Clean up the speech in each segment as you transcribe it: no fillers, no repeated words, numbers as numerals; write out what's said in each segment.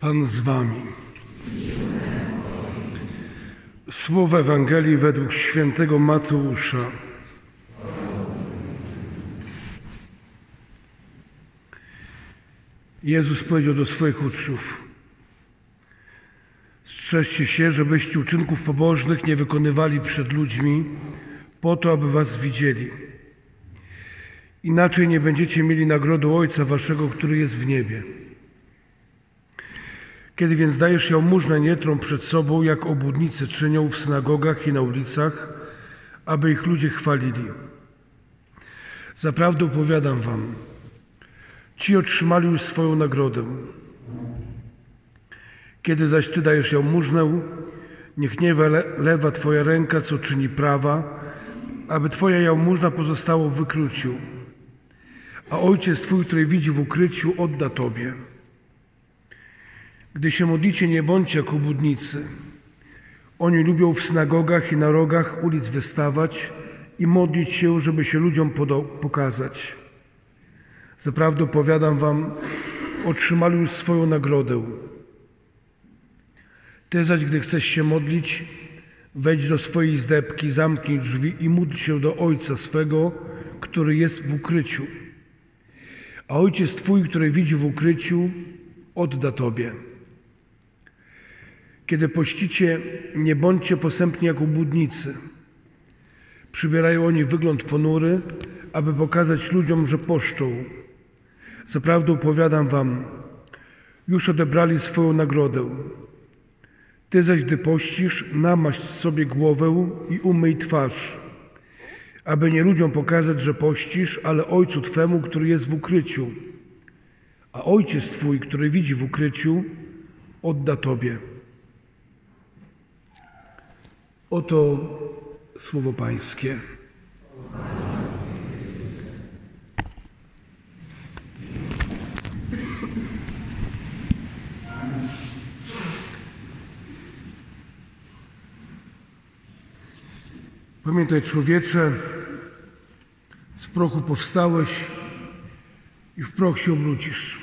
Pan z wami. Słowa Ewangelii według świętego Mateusza. Jezus powiedział do swoich uczniów: strzeżcie się, żebyście uczynków pobożnych nie wykonywali przed ludźmi, po to, aby was widzieli. Inaczej nie będziecie mieli nagrody Ojca waszego, który jest w niebie. Kiedy więc dajesz jałmużnę, nie trąb przed sobą, jak obłudnicy czynią w synagogach i na ulicach, aby ich ludzie chwalili. Zaprawdę powiadam wam, ci otrzymali już swoją nagrodę. Kiedy zaś ty dajesz jałmużnę, niech nie lewa twoja ręka, co czyni prawa, aby twoja jałmużna pozostała w wykryciu, a Ojciec twój, który widzi w ukryciu, odda tobie. Gdy się modlicie, nie bądźcie jak obłudnicy. Oni lubią w synagogach i na rogach ulic wystawać i modlić się, żeby się ludziom pokazać. Zaprawdę powiadam wam, otrzymali już swoją nagrodę. Ty zaś, gdy chcesz się modlić, wejdź do swojej izdebki, zamknij drzwi i módl się do Ojca swego, który jest w ukryciu. A Ojciec twój, który widzi w ukryciu, odda tobie. Kiedy pościcie, nie bądźcie posępni jak obłudnicy. Przybierają oni wygląd ponury, aby pokazać ludziom, że poszczą. Zaprawdę powiadam wam, już odebrali swoją nagrodę. Ty zaś, gdy pościsz, namaść sobie głowę i umyj twarz, aby nie ludziom pokazać, że pościsz, ale Ojcu twemu, który jest w ukryciu. A Ojciec twój, który widzi w ukryciu, odda tobie. Oto słowo Pańskie. Pamiętaj, człowiecze, z prochu powstałeś i w proch się obrócisz.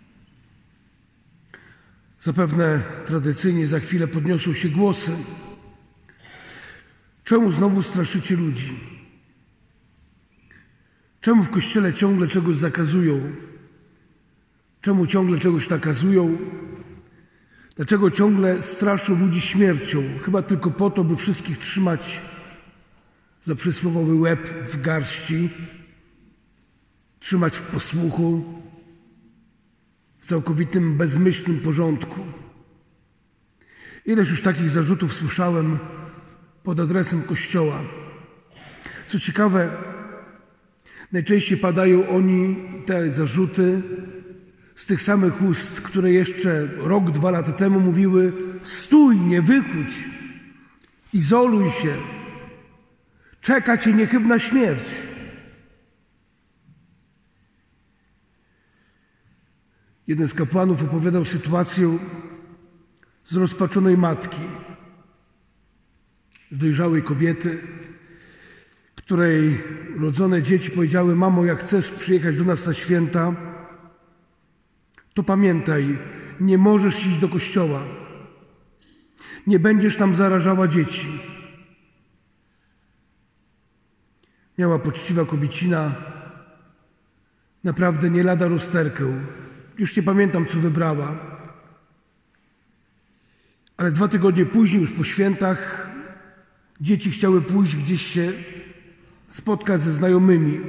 Zapewne tradycyjnie za chwilę podniosą się głosy. Czemu znowu straszycie ludzi? Czemu w Kościele ciągle czegoś zakazują? Czemu ciągle czegoś nakazują? Dlaczego ciągle straszą ludzi śmiercią? Chyba tylko po to, by wszystkich trzymać za przysłowiowy łeb w garści, trzymać w posłuchu, w całkowitym bezmyślnym porządku. Ileż już takich zarzutów słyszałem pod adresem Kościoła. Co ciekawe, najczęściej padają te zarzuty z tych samych ust, które jeszcze rok, 2 lata temu mówiły: stój, nie wychódź, izoluj się, czeka cię niechybna śmierć. Jeden z kapłanów opowiadał sytuację zrozpaczonej matki, dojrzałej kobiety, której rodzone dzieci powiedziały: mamo, jak chcesz przyjechać do nas na święta, to pamiętaj, nie możesz iść do kościoła. Nie będziesz tam zarażała dzieci. Miała poczciwa kobiecina naprawdę nie lada rozterkę. Już nie pamiętam, co wybrała. Ale 2 tygodnie później, już po świętach, dzieci chciały pójść gdzieś się spotkać ze znajomymi.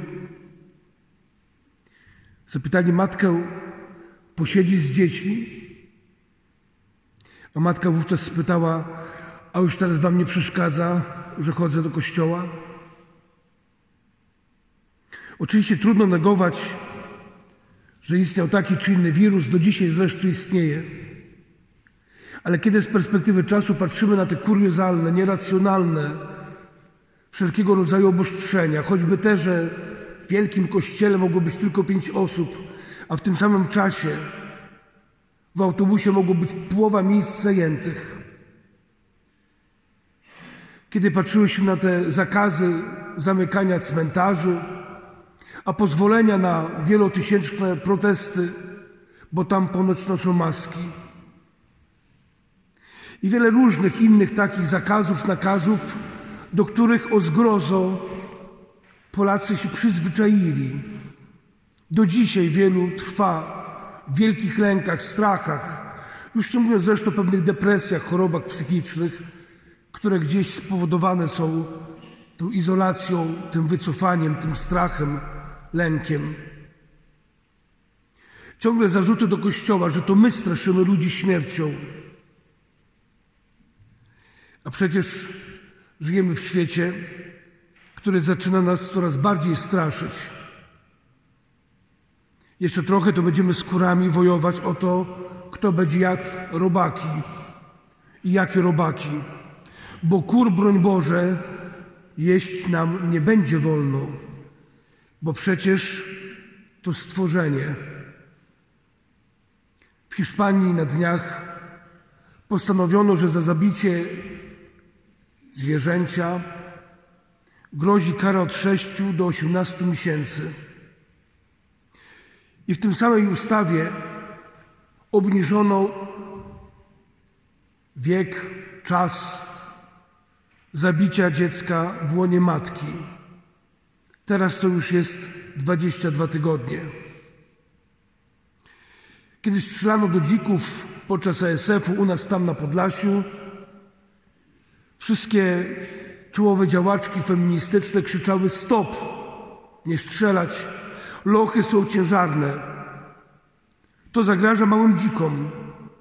Zapytali matkę: posiedzisz z dziećmi? A matka wówczas spytała: a już teraz wam nie przeszkadza, że chodzę do kościoła? Oczywiście trudno negować, że istniał taki czy inny wirus, do dzisiaj zresztą istnieje. Ale kiedy z perspektywy czasu patrzymy na te kuriozalne, nieracjonalne, wszelkiego rodzaju obostrzenia, choćby te, że w wielkim kościele mogło być tylko 5 osób, a w tym samym czasie w autobusie mogło być połowa miejsc zajętych. Kiedy patrzyłyśmy na te zakazy zamykania cmentarzy, a pozwolenia na wielotysięczne protesty, bo tam ponoć noszą maski, i wiele różnych innych takich zakazów, nakazów, do których o zgrozo Polacy się przyzwyczaili. Do dzisiaj wielu trwa w wielkich lękach, strachach, już nie mówiąc zresztą o pewnych depresjach, chorobach psychicznych, które gdzieś spowodowane są tą izolacją, tym wycofaniem, tym strachem, lękiem. Ciągle zarzuty do Kościoła, że to my straszymy ludzi śmiercią. A przecież żyjemy w świecie, który zaczyna nas coraz bardziej straszyć. Jeszcze trochę to będziemy skórami wojować o to, kto będzie jadł robaki i jakie robaki. Bo kur, broń Boże, jeść nam nie będzie wolno, bo przecież to stworzenie. W Hiszpanii na dniach postanowiono, że za zabicie zwierzęcia grozi kara od 6 do 18 miesięcy. I w tym samej ustawie obniżono wiek, czas zabicia dziecka w łonie matki. Teraz to już jest 22 tygodnie. Kiedy strzelano do dzików podczas ASF-u u nas tam na Podlasiu, wszystkie czołowe działaczki feministyczne krzyczały: stop, nie strzelać, lochy są ciężarne. To zagraża małym dzikom.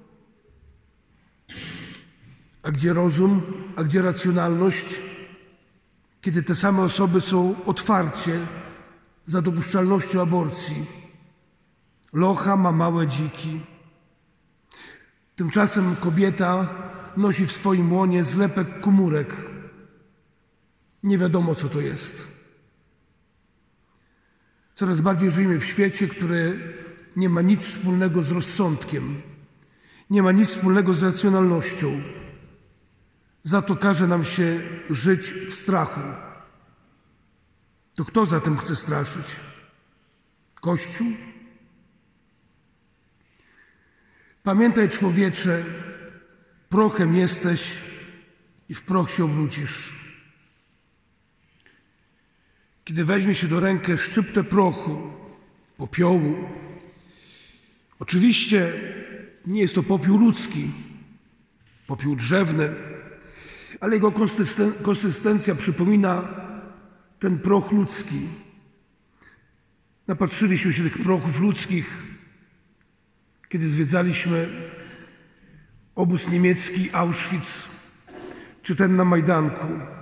A gdzie rozum, a gdzie racjonalność, kiedy te same osoby są otwarcie za dopuszczalnością aborcji? Locha ma małe dziki. Tymczasem kobieta nosi w swoim łonie zlepek komórek. Nie wiadomo, co to jest. Coraz bardziej żyjemy w świecie, który nie ma nic wspólnego z rozsądkiem, nie ma nic wspólnego z racjonalnością. Za to każe nam się żyć w strachu. To kto zatem chce straszyć? Kościół? Pamiętaj, człowiecze, prochem jesteś i w proch się obrócisz. Kiedy weźmie się do ręki szczyptę prochu, popiołu, oczywiście nie jest to popiół ludzki, popiół drzewny, ale jego konsystencja przypomina ten proch ludzki. Napatrzyliśmy się tych prochów ludzkich, kiedy zwiedzaliśmy obóz niemiecki Auschwitz, czy ten na Majdanku.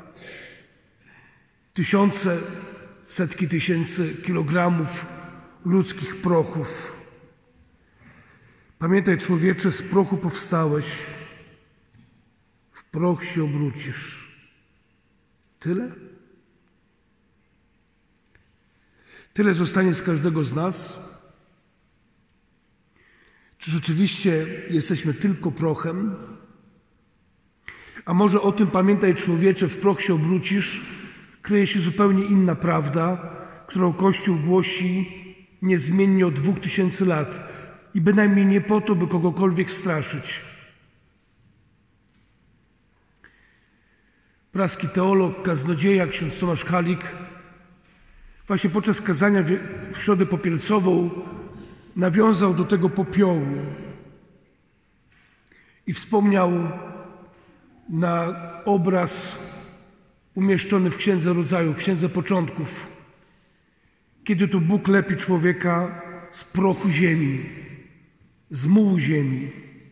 Tysiące, setki tysięcy kilogramów ludzkich prochów. Pamiętaj, człowiecze, z prochu powstałeś, w proch się obrócisz. Tyle? Tyle zostanie z każdego z nas? Czy rzeczywiście jesteśmy tylko prochem? A może o tym, pamiętaj, człowiecze, w proch się obrócisz, kryje się zupełnie inna prawda, którą Kościół głosi niezmiennie od 2000 lat i bynajmniej nie po to, by kogokolwiek straszyć. Praski teolog, kaznodzieja, ksiądz Tomasz Halik właśnie podczas kazania w Środę Popielcową nawiązał do tego popiołu i wspomniał na obraz umieszczony w Księdze Rodzaju, w Księdze Początków, kiedy to Bóg lepi człowieka z prochu ziemi, z mułu ziemi.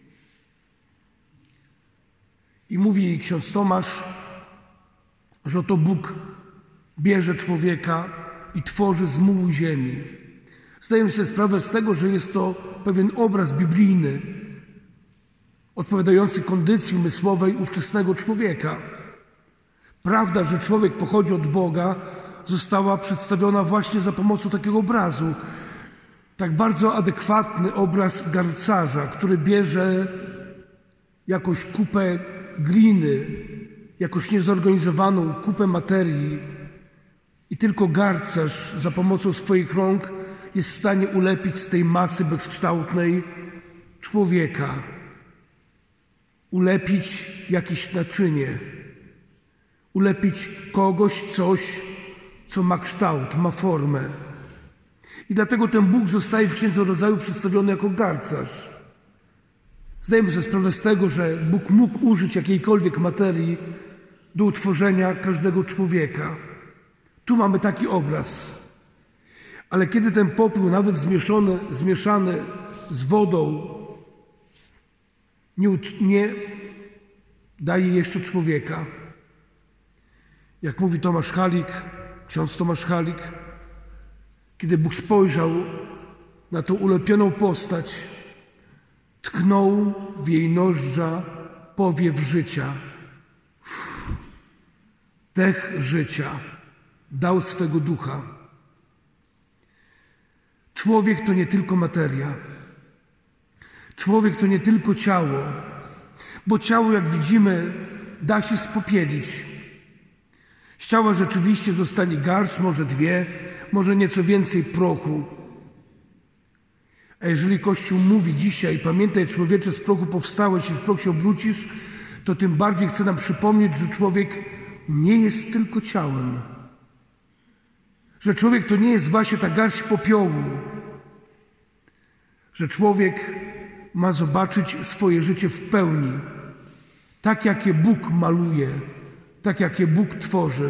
I mówi ksiądz Tomasz, że oto Bóg bierze człowieka i tworzy z mułu ziemi. Zdajemy sobie sprawę z tego, że jest to pewien obraz biblijny, odpowiadający kondycji umysłowej ówczesnego człowieka. Prawda, że człowiek pochodzi od Boga, została przedstawiona właśnie za pomocą takiego obrazu. Tak bardzo adekwatny obraz garncarza, który bierze jakąś kupę gliny, jakąś niezorganizowaną kupę materii i tylko garncarz za pomocą swoich rąk jest w stanie ulepić z tej masy bezkształtnej człowieka. ulepić jakieś naczynie, ulepić kogoś, coś, co ma kształt, ma formę. I dlatego ten Bóg zostaje w Księdze Rodzaju przedstawiony jako garncarz. Zdajemy sobie sprawę z tego, że Bóg mógł użyć jakiejkolwiek materii do utworzenia każdego człowieka. Tu mamy taki obraz. Ale kiedy ten popiół, nawet zmieszany z wodą, nie daje jeszcze człowieka. Jak mówi Tomasz Halik, ksiądz Tomasz Halik, kiedy Bóg spojrzał na tą ulepioną postać, tknął w jej nozdrza powiew życia. Dech życia. Dał swego ducha. Człowiek to nie tylko materia. Człowiek to nie tylko ciało, bo ciało, jak widzimy, da się spopielić. Z ciała rzeczywiście zostanie garść, może dwie, może nieco więcej prochu. A jeżeli Kościół mówi dzisiaj, pamiętaj człowiecze, z prochu powstałeś i w proch się obrócisz, to tym bardziej chce nam przypomnieć, że człowiek nie jest tylko ciałem. Że człowiek to nie jest właśnie ta garść popiołu. Że człowiek ma zobaczyć swoje życie w pełni. Tak, jakie Bóg maluje, tak, jakie Bóg tworzy.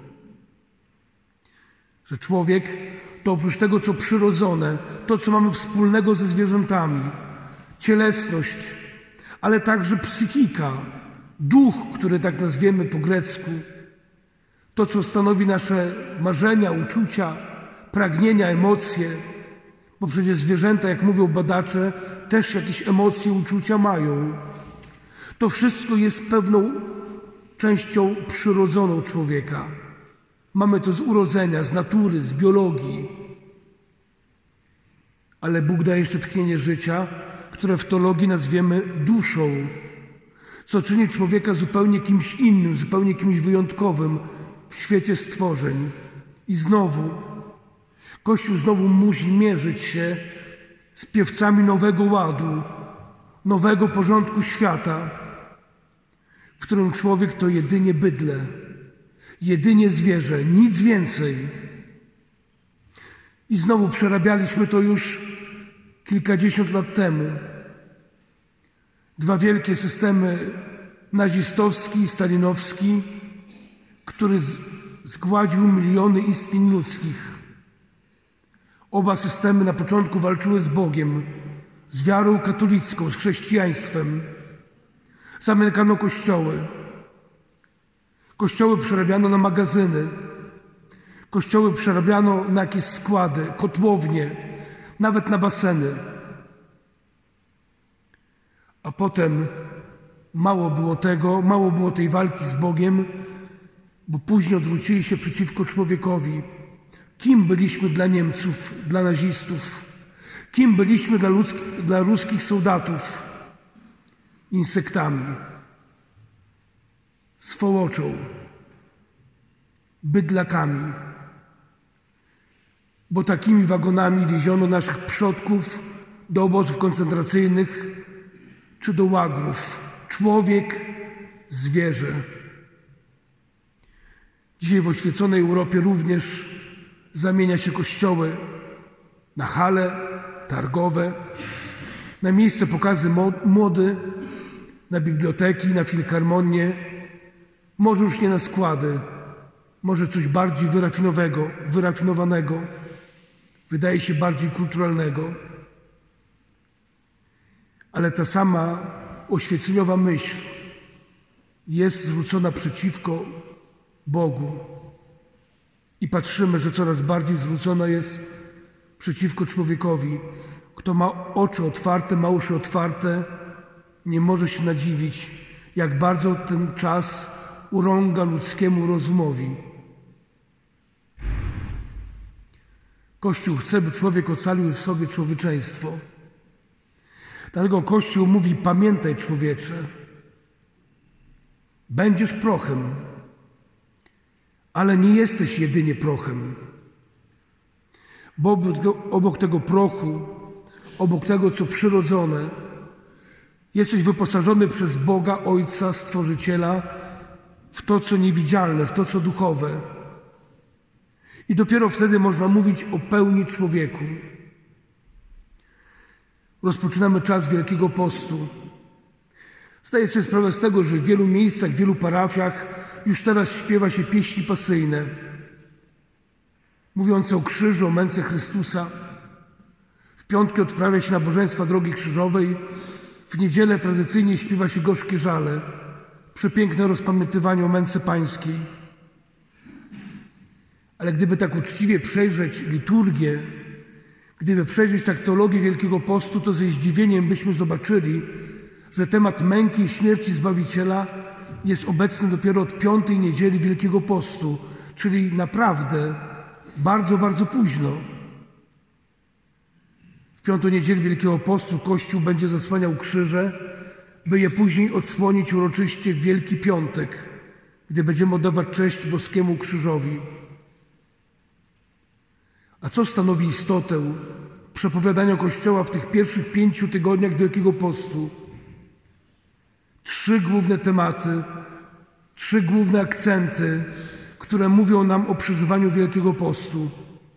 Że człowiek to oprócz tego, co przyrodzone, to, co mamy wspólnego ze zwierzętami, cielesność, ale także psychika, duch, który tak nazwiemy po grecku, to, co stanowi nasze marzenia, uczucia, pragnienia, emocje, bo przecież zwierzęta, jak mówią badacze, też jakieś emocje, uczucia mają. To wszystko jest pewną częścią przyrodzoną człowieka. Mamy to z urodzenia, z natury, z biologii. Ale Bóg daje jeszcze tchnienie życia, które w teologii nazwiemy duszą, co czyni człowieka zupełnie kimś innym, zupełnie kimś wyjątkowym w świecie stworzeń. I znowu, Kościół znowu musi mierzyć się z piewcami nowego ładu, nowego porządku świata, w którym człowiek to jedynie bydlę, jedynie zwierzę, nic więcej. I znowu przerabialiśmy to już kilkadziesiąt lat temu. Dwa wielkie systemy, nazistowski i stalinowski, który zgładził miliony istnień ludzkich. Oba systemy na początku walczyły z Bogiem, z wiarą katolicką, z chrześcijaństwem. Zamykano kościoły. Kościoły przerabiano na magazyny. Kościoły przerabiano na jakieś składy, kotłownie, nawet na baseny. A potem mało było tego, mało było tej walki z Bogiem, bo później odwrócili się przeciwko człowiekowi. Kim byliśmy dla Niemców, dla nazistów? Kim byliśmy dla ruskich soldatów? Insektami, swołoczą, bydlakami. Bo takimi wagonami wieziono naszych przodków do obozów koncentracyjnych czy do łagrów. Człowiek, zwierzę. Dzisiaj w oświeconej Europie również zamienia się kościoły na hale targowe, na miejsce pokazy mody, na biblioteki, na filharmonię, może już nie na składy, może coś bardziej wyrafinowanego, wydaje się bardziej kulturalnego. Ale ta sama oświeceniowa myśl jest zwrócona przeciwko Bogu. I patrzymy, że coraz bardziej zwrócona jest przeciwko człowiekowi. Kto ma oczy otwarte, ma uszy otwarte, nie może się nadziwić, jak bardzo ten czas urąga ludzkiemu rozumowi. Kościół chce, by człowiek ocalił w sobie człowieczeństwo. Dlatego Kościół mówi: pamiętaj, człowiecze, będziesz prochem, ale nie jesteś jedynie prochem. Bo obok tego prochu, obok tego, co przyrodzone, Jesteś wyposażony przez Boga, Ojca, Stworzyciela w to, co niewidzialne, w to, co duchowe. I dopiero wtedy można mówić o pełni człowieku. Rozpoczynamy czas Wielkiego Postu. Zdaję sobie sprawę z tego, że w wielu miejscach, w wielu parafiach już teraz śpiewa się pieśni pasyjne, mówiące o krzyżu, o męce Chrystusa. W piątki odprawia się nabożeństwa Drogi Krzyżowej, w niedzielę tradycyjnie śpiewa się gorzkie żale, przepiękne rozpamiętywanie o męce Pańskiej. Ale gdyby tak uczciwie przejrzeć liturgię, gdyby przejrzeć tak teologię Wielkiego Postu, to ze zdziwieniem byśmy zobaczyli, że temat męki i śmierci Zbawiciela jest obecny dopiero od 5. niedzieli Wielkiego Postu, czyli naprawdę bardzo, bardzo późno. W 5. niedzielę Wielkiego Postu Kościół będzie zasłaniał krzyże, by je później odsłonić uroczyście w Wielki Piątek, gdy będziemy oddawać cześć boskiemu krzyżowi. A co stanowi istotę przepowiadania Kościoła w tych pierwszych 5 tygodniach Wielkiego Postu? 3 główne tematy, 3 główne akcenty, które mówią nam o przeżywaniu Wielkiego Postu.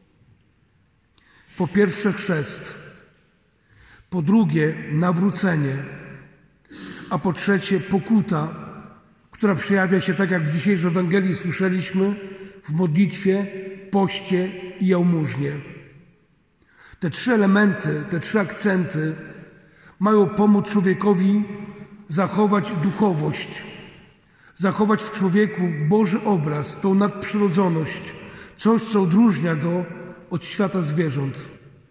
Po pierwsze chrzest, po drugie nawrócenie, a po trzecie pokuta, która przejawia się, tak jak w dzisiejszej Ewangelii słyszeliśmy, w modlitwie, poście i jałmużnie. Te 3 elementy, te 3 akcenty mają pomóc człowiekowi zachować duchowość, zachować w człowieku Boży obraz, tą nadprzyrodzoność, coś, co odróżnia go od świata zwierząt.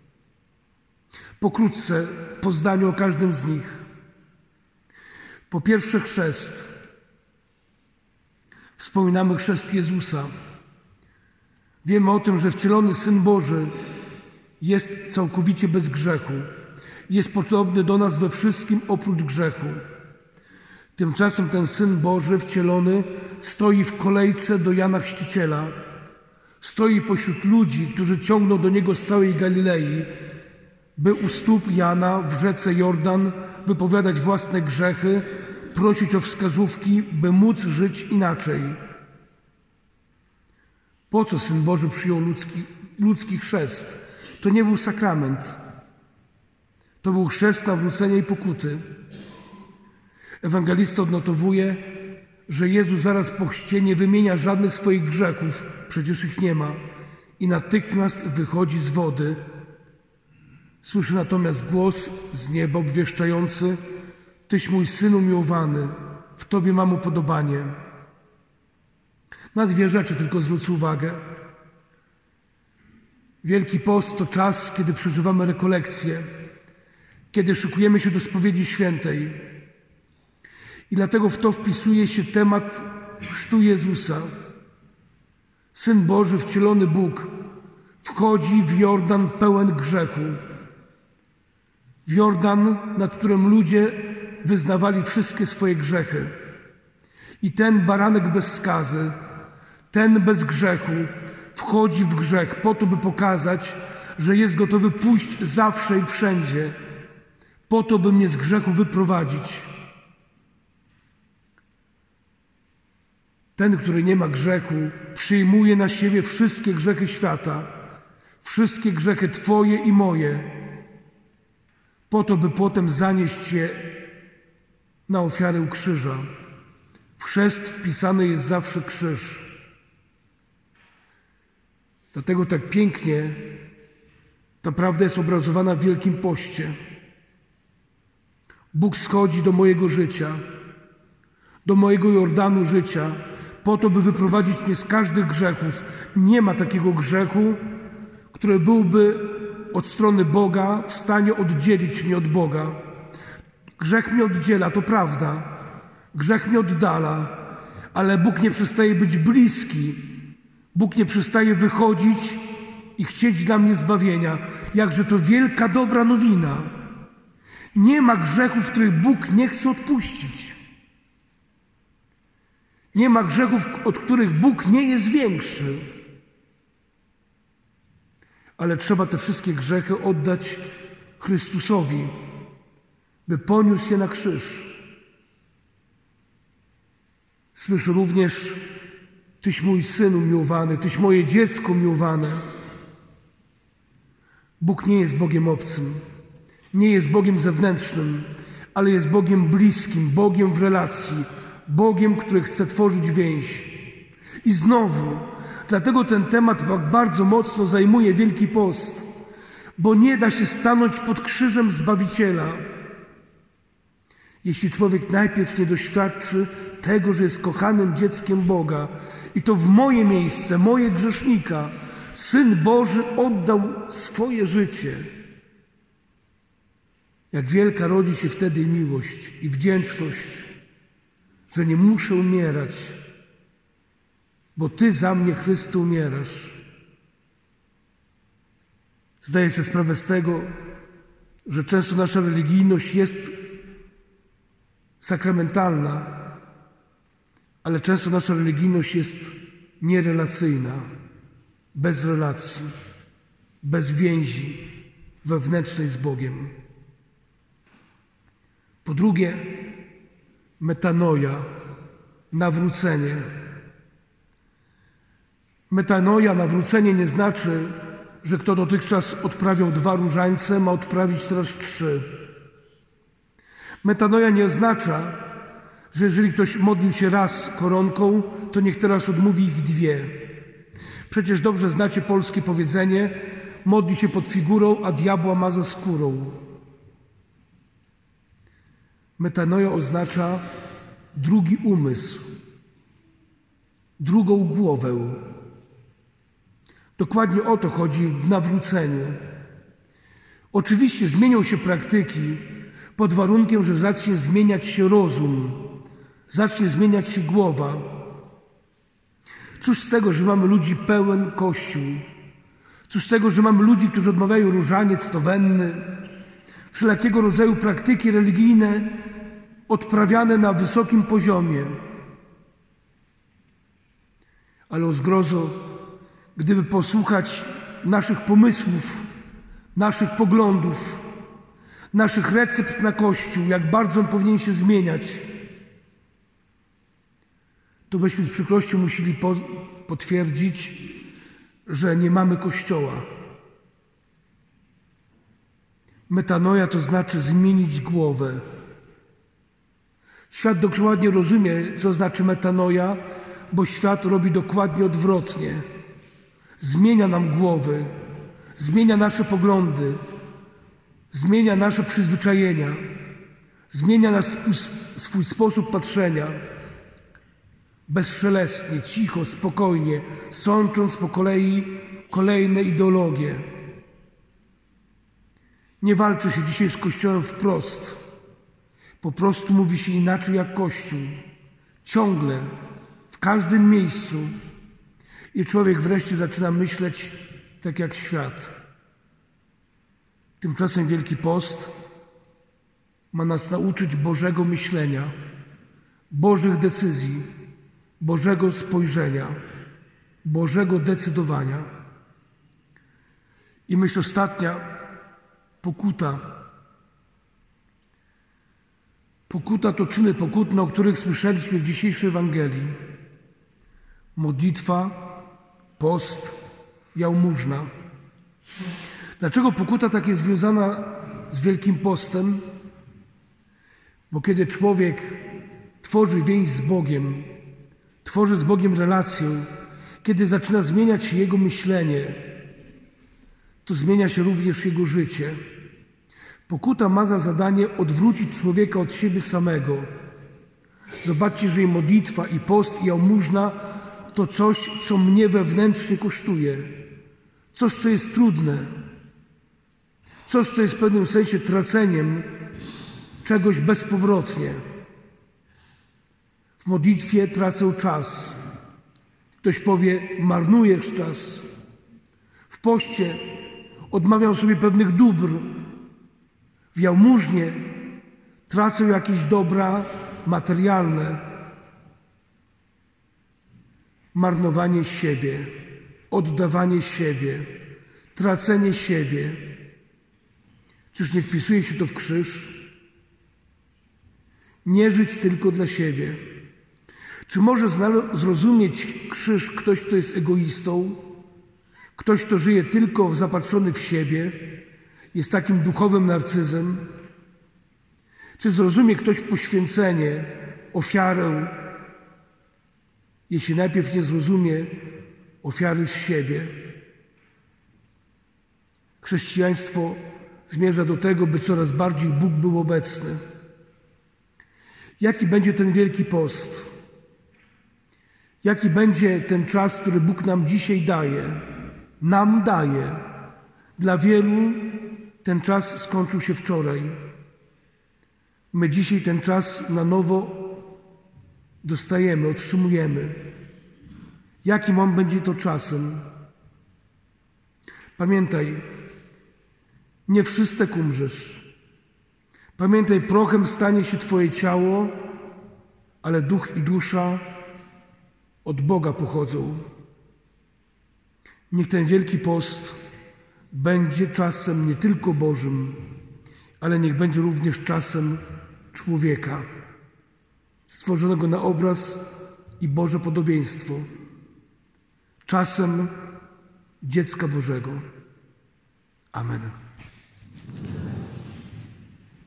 Pokrótce po zdaniu o każdym z nich. Po pierwsze chrzest. Wspominamy chrzest Jezusa. Wiemy o tym, że wcielony Syn Boży jest całkowicie bez grzechu. Jest podobny do nas we wszystkim oprócz grzechu. Tymczasem ten Syn Boży wcielony stoi w kolejce do Jana Chrzciciela. Stoi pośród ludzi, którzy ciągną do Niego z całej Galilei, by u stóp Jana w rzece Jordan wypowiadać własne grzechy, prosić o wskazówki, by móc żyć inaczej. Po co Syn Boży przyjął ludzki chrzest? To nie był sakrament. To był chrzest nawrócenia i pokuty. Ewangelista odnotowuje, że Jezus zaraz po chrzcie nie wymienia żadnych swoich grzechów, przecież ich nie ma, i natychmiast wychodzi z wody. Słyszy natomiast głos z nieba obwieszczający: Tyś mój Syn umiłowany, w Tobie mam upodobanie. Na 2 rzeczy tylko zwrócę uwagę. Wielki Post to czas, kiedy przeżywamy rekolekcje, kiedy szykujemy się do spowiedzi świętej. I dlatego w to wpisuje się temat chrztu Jezusa. Syn Boży, wcielony Bóg, wchodzi w Jordan pełen grzechu. W Jordan, nad którym ludzie wyznawali wszystkie swoje grzechy. I ten baranek bez skazy, ten bez grzechu, wchodzi w grzech po to, by pokazać, że jest gotowy pójść zawsze i wszędzie, po to, by mnie z grzechu wyprowadzić. Ten, który nie ma grzechu, przyjmuje na siebie wszystkie grzechy świata, wszystkie grzechy Twoje i moje, po to, by potem zanieść je na ofiarę u krzyża. W chrzest wpisany jest zawsze krzyż. Dlatego tak pięknie ta prawda jest obrazowana w Wielkim Poście. Bóg schodzi do mojego życia, do mojego Jordanu życia, po to, by wyprowadzić mnie z każdych grzechów. Nie ma takiego grzechu, który byłby od strony Boga w stanie oddzielić mnie od Boga. Grzech mnie oddziela, to prawda. Grzech mnie oddala, ale Bóg nie przestaje być bliski. Bóg nie przestaje wychodzić i chcieć dla mnie zbawienia. Jakże to wielka, dobra nowina. Nie ma grzechów, których Bóg nie chce odpuścić. Nie ma grzechów, od których Bóg nie jest większy. Ale trzeba te wszystkie grzechy oddać Chrystusowi. by poniósł je na krzyż. Słyszę również: Tyś mój Syn umiłowany, Tyś moje dziecko umiłowane. Bóg nie jest Bogiem obcym, nie jest Bogiem zewnętrznym, ale jest Bogiem bliskim, Bogiem w relacji, Bogiem, który chce tworzyć więź. I znowu, dlatego ten temat tak bardzo mocno zajmuje Wielki Post, bo nie da się stanąć pod krzyżem Zbawiciela, jeśli człowiek najpierw nie doświadczy tego, że jest kochanym dzieckiem Boga. I to w moje miejsce, moje grzesznika, Syn Boży oddał swoje życie. Jak wielka rodzi się wtedy miłość i wdzięczność, że nie muszę umierać, bo Ty za mnie, Chryste, umierasz. Zdaję sobie sprawę z tego, że często nasza religijność jest sakramentalna, ale często nasza religijność jest nierelacyjna, bez relacji, bez więzi wewnętrznej z Bogiem. Po drugie, metanoia, nawrócenie. Metanoia, nawrócenie nie znaczy, że kto dotychczas odprawiał 2 różańce, ma odprawić teraz 3. Metanoia nie oznacza, że jeżeli ktoś modlił się raz koronką, to niech teraz odmówi ich 2. Przecież dobrze znacie polskie powiedzenie: modli się pod figurą, a diabła ma za skórą. Metanoia oznacza drugi umysł, drugą głowę. Dokładnie o to chodzi w nawróceniu. Oczywiście zmienią się praktyki pod warunkiem, że zacznie zmieniać się rozum, zacznie zmieniać się głowa. Cóż z tego, że mamy ludzi pełen Kościół? Cóż z tego, że mamy ludzi, którzy odmawiają różaniec, nowenny, wszelakiego rodzaju praktyki religijne odprawiane na wysokim poziomie. Ale o zgrozo, gdyby posłuchać naszych pomysłów, naszych poglądów, naszych recept na Kościół, jak bardzo on powinien się zmieniać, to byśmy z przykrością musieli potwierdzić, że nie mamy Kościoła. Metanoia to znaczy zmienić głowę. Świat dokładnie rozumie, co znaczy metanoia, bo świat robi dokładnie odwrotnie. Zmienia nam głowy, zmienia nasze poglądy, zmienia nasze przyzwyczajenia, zmienia swój sposób patrzenia. Bezszelestnie, cicho, spokojnie, sącząc po kolei kolejne ideologie. Nie walczy się dzisiaj z Kościołem wprost. Po prostu mówi się inaczej jak Kościół. Ciągle, w każdym miejscu. I człowiek wreszcie zaczyna myśleć tak jak świat. Tymczasem Wielki Post ma nas nauczyć Bożego myślenia, Bożych decyzji, Bożego spojrzenia, Bożego decydowania. I myśl ostatnia, pokuta. Pokuta to czyny pokutne, o których słyszeliśmy w dzisiejszej Ewangelii. Modlitwa, post, jałmużna. Dlaczego pokuta tak jest związana z Wielkim Postem? Bo kiedy człowiek tworzy więź z Bogiem, tworzy z Bogiem relację, kiedy zaczyna zmieniać się jego myślenie, to zmienia się również jego życie. Pokuta ma za zadanie odwrócić człowieka od siebie samego. Zobaczcie, że i modlitwa, i post, i jałmużna to coś, co mnie wewnętrznie kosztuje. Coś, co jest trudne. Coś, co jest w pewnym sensie traceniem czegoś bezpowrotnie. W modlitwie tracę czas. Ktoś powie, marnujesz czas. W poście odmawiam sobie pewnych dóbr. W jałmużnie tracę jakieś dobra materialne. Marnowanie siebie, oddawanie siebie, tracenie siebie. Czyż nie wpisuje się to w krzyż? Nie żyć tylko dla siebie. Czy może zrozumieć krzyż ktoś, kto jest egoistą? Ktoś, kto żyje tylko zapatrzony w siebie, jest takim duchowym narcyzem? Czy zrozumie ktoś poświęcenie, ofiarę, jeśli najpierw nie zrozumie ofiary z siebie? Chrześcijaństwo zmierza do tego, by coraz bardziej Bóg był obecny. Jaki będzie ten Wielki Post? Jaki będzie ten czas, który Bóg nam dzisiaj daje? Nam daje. Dla wielu ten czas skończył się wczoraj. My dzisiaj ten czas na nowo dostajemy, otrzymujemy. Jakim on będzie to czasem? Pamiętaj, nie wszystek umrzesz. Pamiętaj, prochem stanie się Twoje ciało, ale duch i dusza od Boga pochodzą. Niech ten Wielki Post będzie czasem nie tylko Bożym, ale niech będzie również czasem człowieka, stworzonego na obraz i Boże podobieństwo. Czasem dziecka Bożego. Amen.